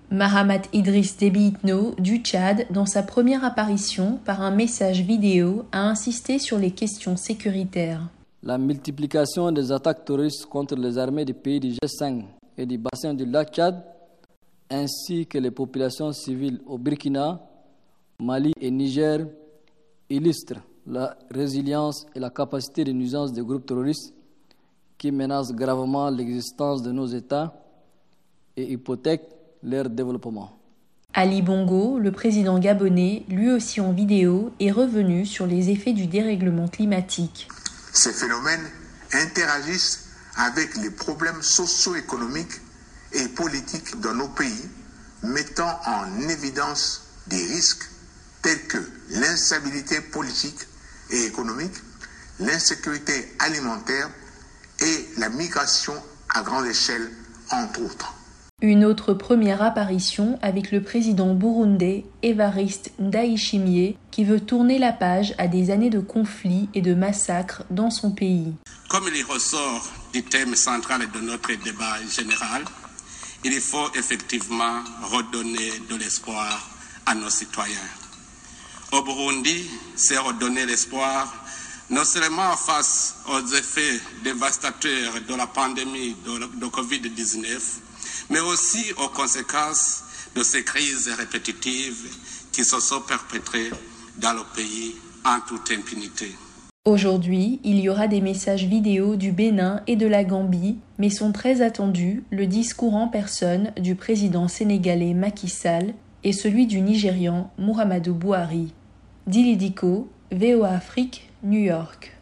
Mahamat Idriss Déby Itno du Tchad, dans sa première apparition par un message vidéo, a insisté sur les questions sécuritaires. La multiplication des attaques terroristes contre les armées des pays du G5 et du bassin du lac Tchad, ainsi que les populations civiles au Burkina, Mali et Niger, illustrent la résilience et la capacité de nuisance des groupes terroristes qui menacent gravement l'existence de nos États et hypothèquent leur développement. Ali Bongo, le président gabonais, lui aussi en vidéo, est revenu sur les effets du dérèglement climatique. Ces phénomènes interagissent avec les problèmes socio-économiques et politiques dans nos pays, mettant en évidence des risques tels que l'instabilité politique et économique, l'insécurité alimentaire et la migration à grande échelle, entre autres. Une autre première apparition avec le président burundais Evariste Ndayishimiye qui veut tourner la page à des années de conflits et de massacres dans son pays. Comme il ressort du thème central de notre débat général, il faut effectivement redonner de l'espoir à nos citoyens. Au Burundi, c'est redonner l'espoir non seulement face aux effets dévastateurs de la pandémie de Covid-19, mais aussi aux conséquences de ces crises répétitives qui se sont perpétrées dans le pays en toute impunité. Aujourd'hui, il y aura des messages vidéo du Bénin et de la Gambie, mais sont très attendus le discours en personne du président sénégalais Macky Sall et celui du Nigérian Muhammadu Buhari. Dili Diko, VOA Afrique, New York.